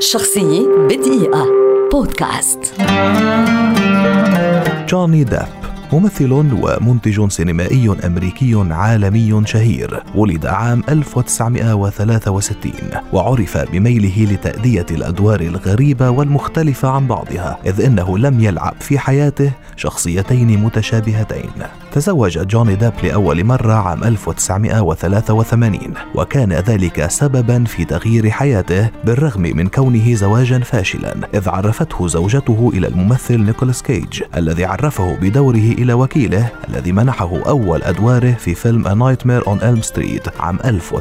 شخصية بدقيقة بودكاست. جوني ديب ممثل ومنتج سينمائي أمريكي عالمي شهير. ولد عام 1963 وعرف بميله لتأدية الأدوار الغريبة والمختلفة عن بعضها، إذ إنه لم يلعب في حياته شخصيتين متشابهتين. تزوج جوني ديب لأول مرة عام 1983، وكان ذلك سببا في تغيير حياته بالرغم من كونه زواجا فاشلا، إذ عرفته زوجته إلى الممثل نيكولاس كيج الذي عرفه بدوره إلى وكيله الذي منحه أول أدواره في فيلم A Nightmare on Elm Street عام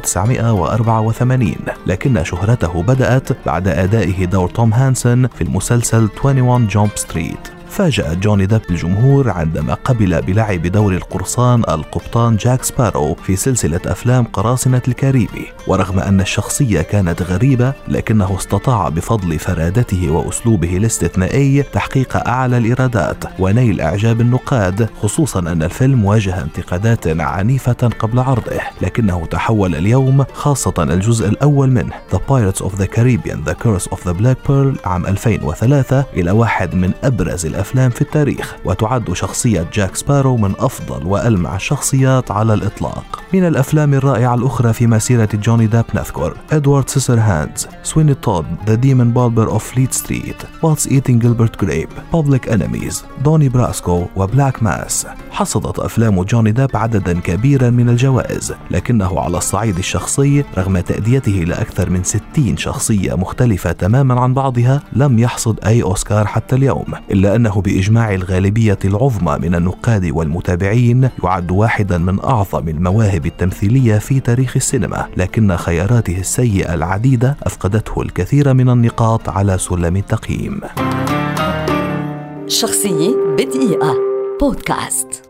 1984. لكن شهرته بدأت بعد أدائه دور توم هانسون في المسلسل 21 Jump Street. فاجأ جوني ديب الجمهور عندما قبل بلعب دور القرصان القبطان جاك سبارو في سلسلة أفلام قراصنة الكاريبي. ورغم أن الشخصية كانت غريبة، لكنه استطاع بفضل فرادته وأسلوبه الاستثنائي تحقيق أعلى الإيرادات ونيل إعجاب النقاد، خصوصا أن الفيلم واجه انتقادات عنيفة قبل عرضه، لكنه تحول اليوم، خاصة الجزء الأول منه The Pirates of the Caribbean The Curse of the Black Pearl عام 2003 إلى واحد من أبرز الأفلام في التاريخ، وتعد شخصية جاك سبارو من أفضل وألمع الشخصيات على الإطلاق. من الأفلام الرائعة الأخرى في مسيرة جوني ديب نذكر إدوارد سيسرهاندز، سويني تود، The Demon Barber of Fleet Street، What's Eating Gilbert Grape، Public Enemies، دوني براسكو، وبلاك ماس. حصدت أفلام جوني ديب عددا كبيرا من الجوائز، لكنه على الصعيد الشخصي رغم تأديته لأكثر من 60 شخصية مختلفة تماما عن بعضها لم يحصد أي أوسكار حتى اليوم، إلا أنه بإجماع الغالبية العظمى من النقاد والمتابعين يعد واحدا من أعظم المواهب التمثيلية في تاريخ السينما، لكن خياراته السيئة العديدة أفقدته الكثير من النقاط على سلم التقييم. شخصية بدقيقة بودكاست.